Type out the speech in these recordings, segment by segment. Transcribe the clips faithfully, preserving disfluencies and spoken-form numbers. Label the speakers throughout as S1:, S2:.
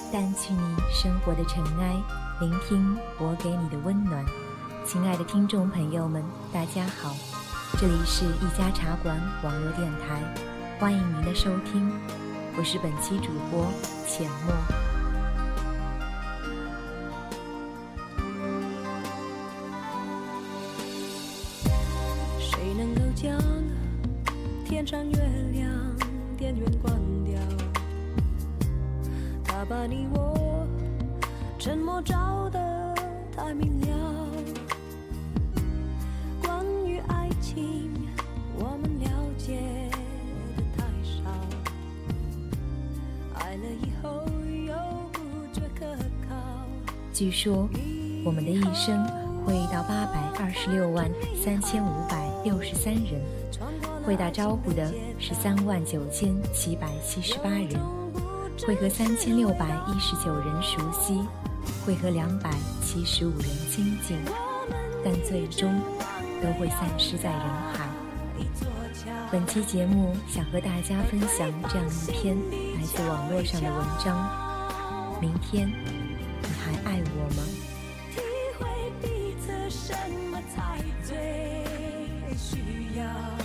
S1: 淡去你生活的尘埃，聆听我给你的温暖。亲爱的听众朋友们，大家好，这里是一家茶馆网络电台，欢迎您的收听，我是本期主播浅墨。
S2: 谁能够将天上月亮电源关掉？他把你我沉默照得太明了。关于爱情，我们了解的太少。爱了以后又不觉可靠。
S1: 据说我们的一生会遇到八百二十六万三千五百六十三人，会打招呼的是三万九千七百七十八人，会和三千六百一十九人熟悉，会和两百七十五人亲近，但最终都会散失在人海。本期节目想和大家分享这样一篇来自网络上的文章：明天你还爱我吗？
S2: 体会彼此什么才最需要，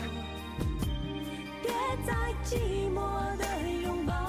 S2: 别再寂寞的拥抱。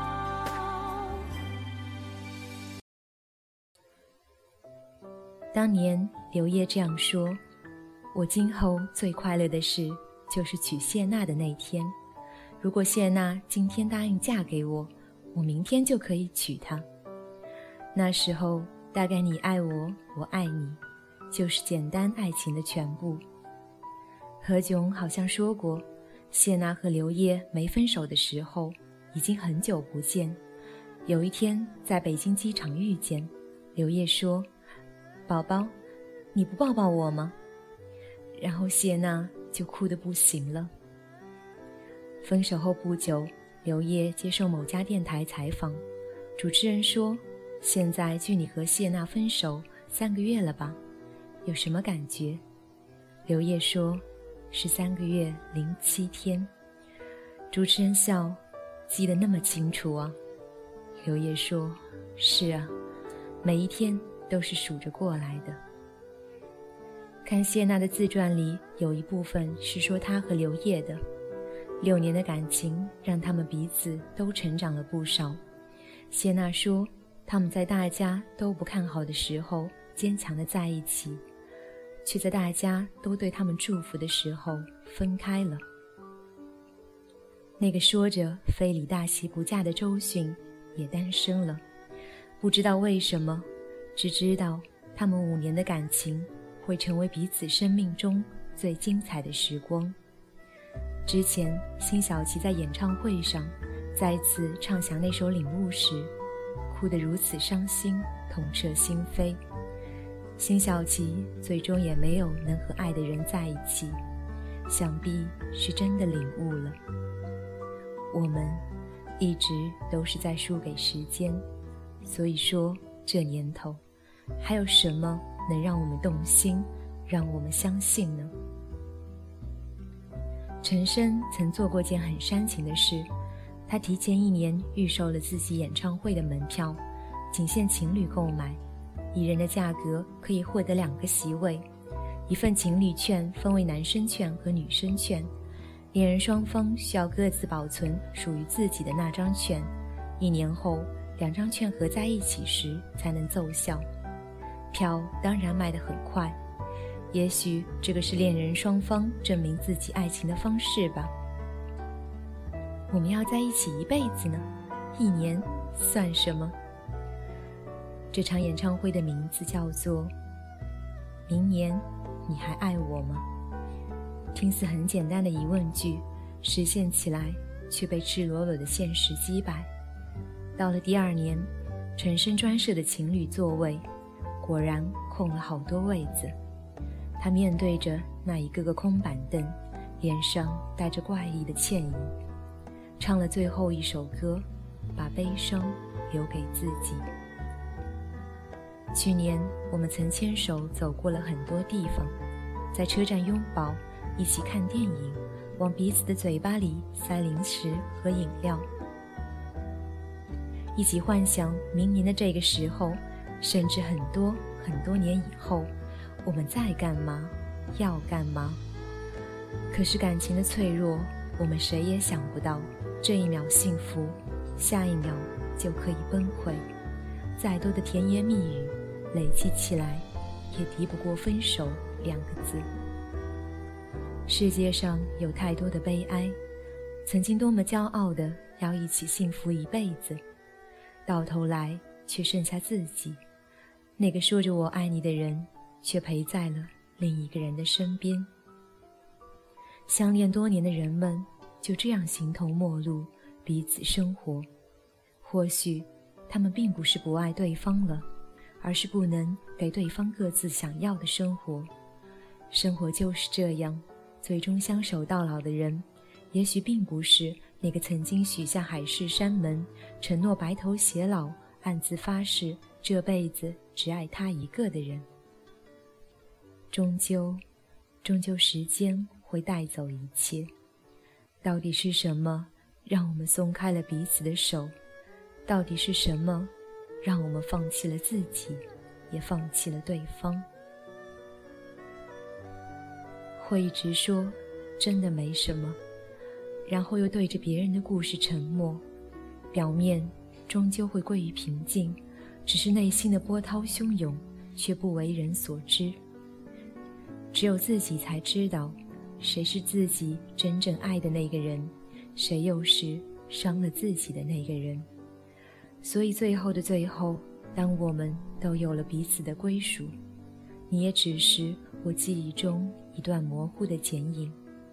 S1: 当年刘烨这样说，我今后最快乐的事就是娶谢娜的那天。如果谢娜今天答应嫁给我，我明天就可以娶她。那时候大概你爱我，我爱你，就是简单爱情的全部。何炅好像说过，谢娜和刘烨没分手的时候已经很久不见。有一天在北京机场遇见，刘烨说，宝宝，你不抱抱我吗？然后谢娜就哭得不行了。分手后不久，刘烨接受某家电台采访，主持人说，现在距你和谢娜分手三个月了吧？有什么感觉？刘烨说，是三个月零七天。主持人笑，记得那么清楚啊？刘烨说，是啊，每一天都是数着过来的。看谢娜的自传里，有一部分是说她和刘烨的六年的感情，让他们彼此都成长了不少。谢娜说，他们在大家都不看好的时候坚强地在一起，却在大家都对他们祝福的时候分开了。那个说着非李大喜不嫁的周迅也单身了，不知道为什么，只知道他们五年的感情会成为彼此生命中最精彩的时光。之前辛晓琪在演唱会上再次唱响那首《领悟》时，哭得如此伤心，痛彻心扉。辛晓琪最终也没有能和爱的人在一起，想必是真的领悟了。我们一直都是在输给时间，所以说这年头还有什么能让我们动心，让我们相信呢？陈升曾做过件很煽情的事，他提前一年预售了自己演唱会的门票，仅限情侣购买，一人的价格可以获得两个席位，一份情侣券分为男生券和女生券，恋人双方需要各自保存属于自己的那张券，一年后两张券合在一起时才能奏效。票当然卖得很快，也许这个是恋人双方证明自己爱情的方式吧。我们要在一起一辈子呢，一年算什么？这场演唱会的名字叫做《明年你还爱我吗》，听似很简单的疑问句，实现起来却被赤裸裸的现实击败。到了第二年，陈升专设的情侣座位果然空了好多位子，他面对着那一个个空板凳，脸上带着怪异的歉意，唱了最后一首歌，把悲伤留给自己。去年我们曾牵手走过了很多地方，在车站拥抱，一起看电影，往彼此的嘴巴里塞零食和饮料。 一起幻想明年的这个时候，甚至很多很多年以后，我们在干嘛，要干嘛。可是感情的脆弱，我们谁也想不到，这一秒幸福，下一秒就可以崩溃。再多的甜言蜜语累积起来，也敌不过分手两个字。世界上有太多的悲哀，曾经多么骄傲的要一起幸福一辈子，到头来却剩下自己，那个说着我爱你的人，却陪在了另一个人的身边。相恋多年的人们就这样形同陌路，彼此生活。或许他们并不是不爱对方了，而是不能给对方各自想要的生活。生活就是这样，最终相守到老的人，也许并不是那个曾经许下海誓山盟，承诺白头偕老，暗自发誓这辈子只爱他一个的人。终究终究时间会带走一切。到底是什么让我们松开了彼此的手？到底是什么让我们放弃了自己，也放弃了对方？会一直说真的没什么，然后又对着别人的故事沉默，表面终究会归于平静，只是内心的波涛汹涌却不为人所知。只有自己才知道，谁是自己真正爱的那个人，谁又是伤了自己的那个人。所以最后的最后，当我们都有了彼此的归属，你也只是我记忆中一段模糊的剪影。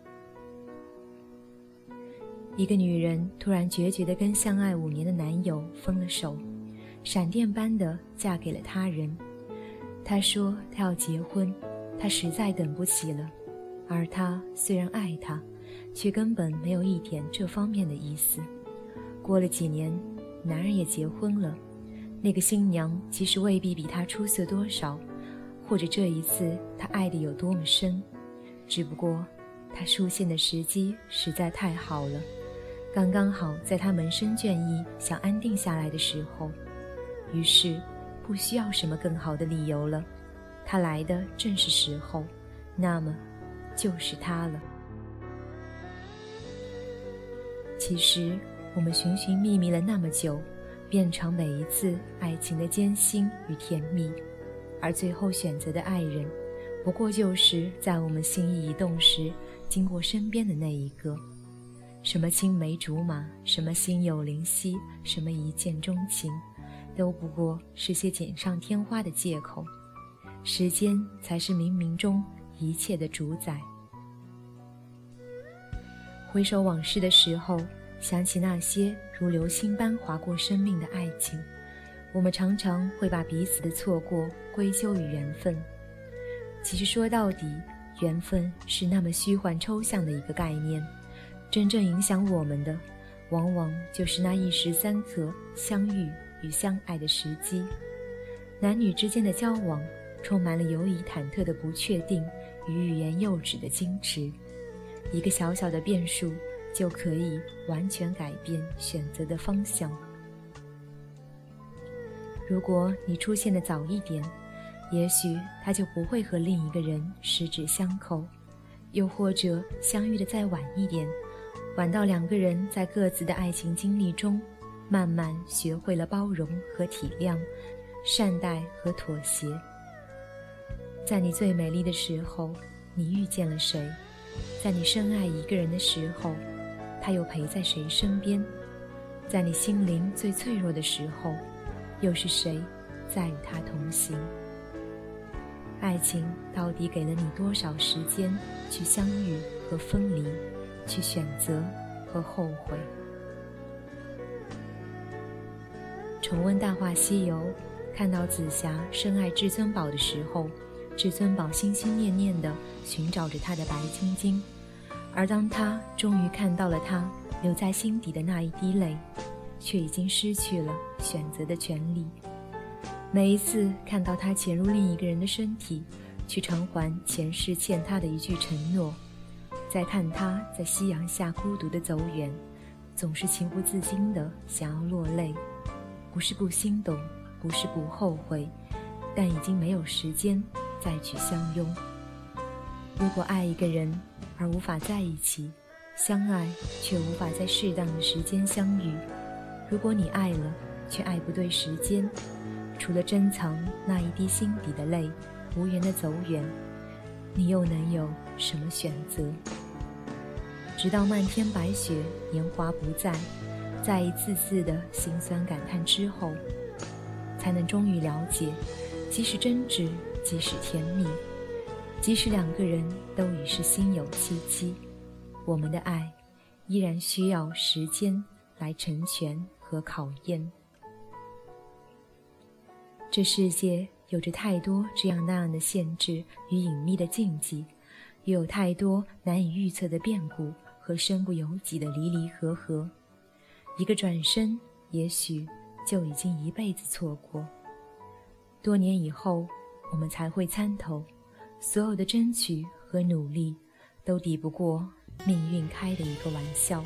S1: 一个女人突然决绝地跟相爱五年的男友分了手，闪电般地嫁给了他人。她说她要结婚，她实在等不起了。而他虽然爱她，却根本没有一点这方面的意思。过了几年，男人也结婚了，那个新娘其实未必比他出色多少，或者这一次他爱得有多么深，只不过他出现的时机实在太好了，刚刚好在他萌生倦意想安定下来的时候，于是不需要什么更好的理由了，他来的正是时候，那么就是他了。其实我们寻寻觅觅了那么久，遍尝每一次爱情的艰辛与甜蜜，而最后选择的爱人，不过就是在我们心意一动时经过身边的那一个。什么青梅竹马，什么心有灵犀，什么一见钟情，都不过是些锦上添花的借口，时间才是冥冥中一切的主宰。回首往事的时候，想起那些如流星般划过生命的爱情，我们常常会把彼此的错过归咎于缘分。其实说到底，缘分是那么虚幻抽象的一个概念，真正影响我们的，往往就是那一时三刻相遇与相爱的时机。男女之间的交往，充满了犹疑忐忑的不确定与欲言又止的矜持，一个小小的变数就可以完全改变选择的方向。如果你出现的早一点，也许他就不会和另一个人十指相扣，又或者相遇的再晚一点，晚到两个人在各自的爱情经历中慢慢学会了包容和体谅，善待和妥协。在你最美丽的时候，你遇见了谁？在你深爱一个人的时候，他又陪在谁身边？在你心灵最脆弱的时候，又是谁在与他同行？爱情到底给了你多少时间去相遇和分离，去选择和后悔？重温《大话西游》，看到紫霞深爱至尊宝的时候，至尊宝心心念念地寻找着他的白晶晶，而当他终于看到了他留在心底的那一滴泪，却已经失去了选择的权利。每一次看到他潜入另一个人的身体，去偿还前世欠他的一句承诺，再看他在夕阳下孤独地走远，总是情不自禁地想要落泪。 不是不心动，不是不后悔，但已经没有时间再去相拥。如果爱一个人而无法在一起，相爱却无法在适当的时间相遇，如果你爱了却爱不对时间，除了珍藏那一滴心底的泪，无缘的走远，你又能有什么选择？直到漫天白雪，年华不在，在一次次的心酸感叹之后，才能终于了解，即使真挚，即使甜蜜，即使两个人都已是心有戚戚，我们的爱依然需要时间来成全和考验。这世界有着太多这样那样的限制与隐秘的禁忌，也有太多难以预测的变故和身不由己的离离合合，一个转身也许就已经一辈子错过。多年以后，我们才会参透，所有的争取和努力都抵不过命运开的一个玩笑。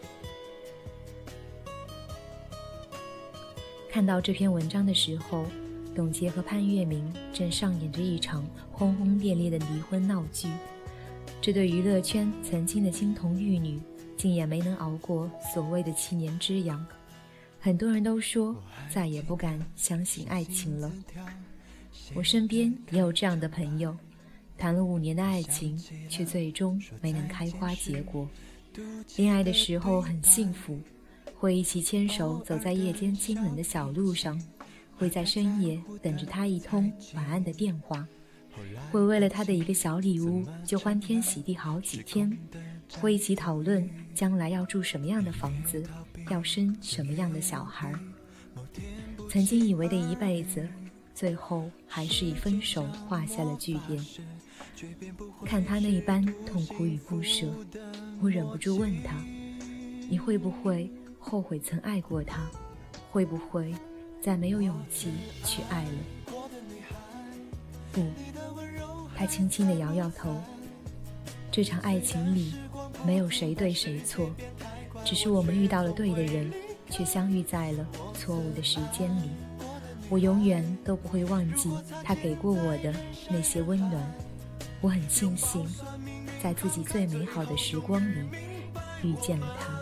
S1: 看到这篇文章的时候，董洁和潘粤明正上演着一场轰轰烈烈的离婚闹剧，这对娱乐圈曾经的金童玉女竟也没能熬过所谓的七年之痒。很多人都说再也不敢相信爱情了，我身边也有这样的朋友，谈了五年的爱情却最终没能开花结果。恋爱的时候很幸福，会一起牵手走在夜间清冷的小路上，会在深夜等着他一通晚安的电话，会为了他的一个小礼物就欢天喜地好几天，会一起讨论将来要住什么样的房子，要生什么样的小孩。曾经以为的一辈子，最后还是以分手画下了句点。看他那般痛苦与不舍，我忍不住问他，你会不会后悔曾爱过他？会不会再没有勇气去爱了？不，他轻轻地摇摇头。这场爱情里没有谁对谁错，只是我们遇到了对的人，却相遇在了错误的时间里。我永远都不会忘记他给过我的那些温暖。我很庆幸在自己最美好的时光里遇见了他。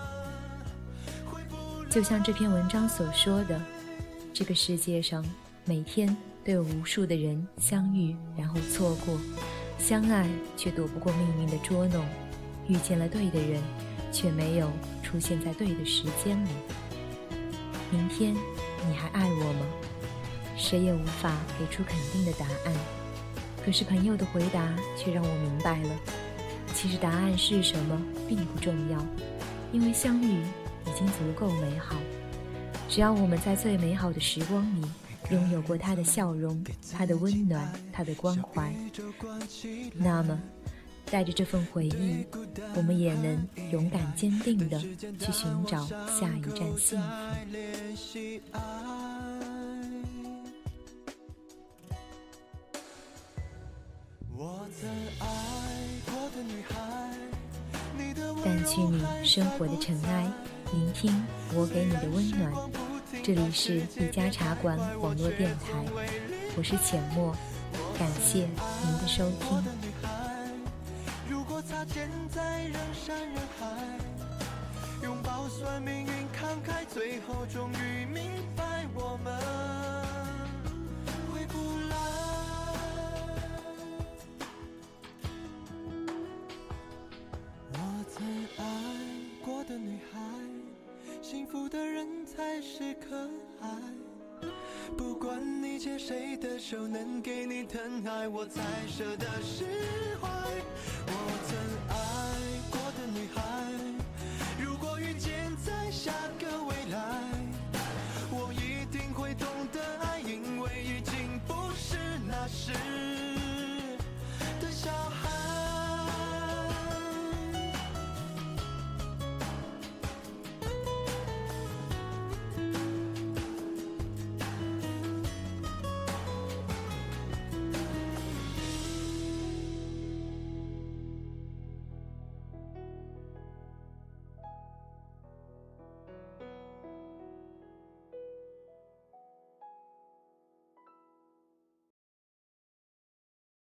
S1: 就像这篇文章所说的，这个世界上每天都有无数的人相遇然后错过，相爱却躲不过命运的捉弄，遇见了对的人却没有出现在对的时间里。明天你还爱我吗？谁也无法给出肯定的答案，可是朋友的回答却让我明白了，其实答案是什么并不重要，因为相遇已经足够美好。只要我们在最美好的时光里拥有过他的笑容，他的温暖，他的关怀，那么带着这份回忆，我们也能勇敢坚定地去寻找下一站幸福。掸去你生活的尘埃，聆听我给你的温暖。这里是一家茶馆网络电台，我是浅墨，感谢您的收听。如果擦肩在人山人海，拥抱算命运慷慨，最后终于明白我们回不来。我曾爱过的女孩，幸福的人才是可爱。不管你牵谁的手，能给你疼爱，我才舍得释怀。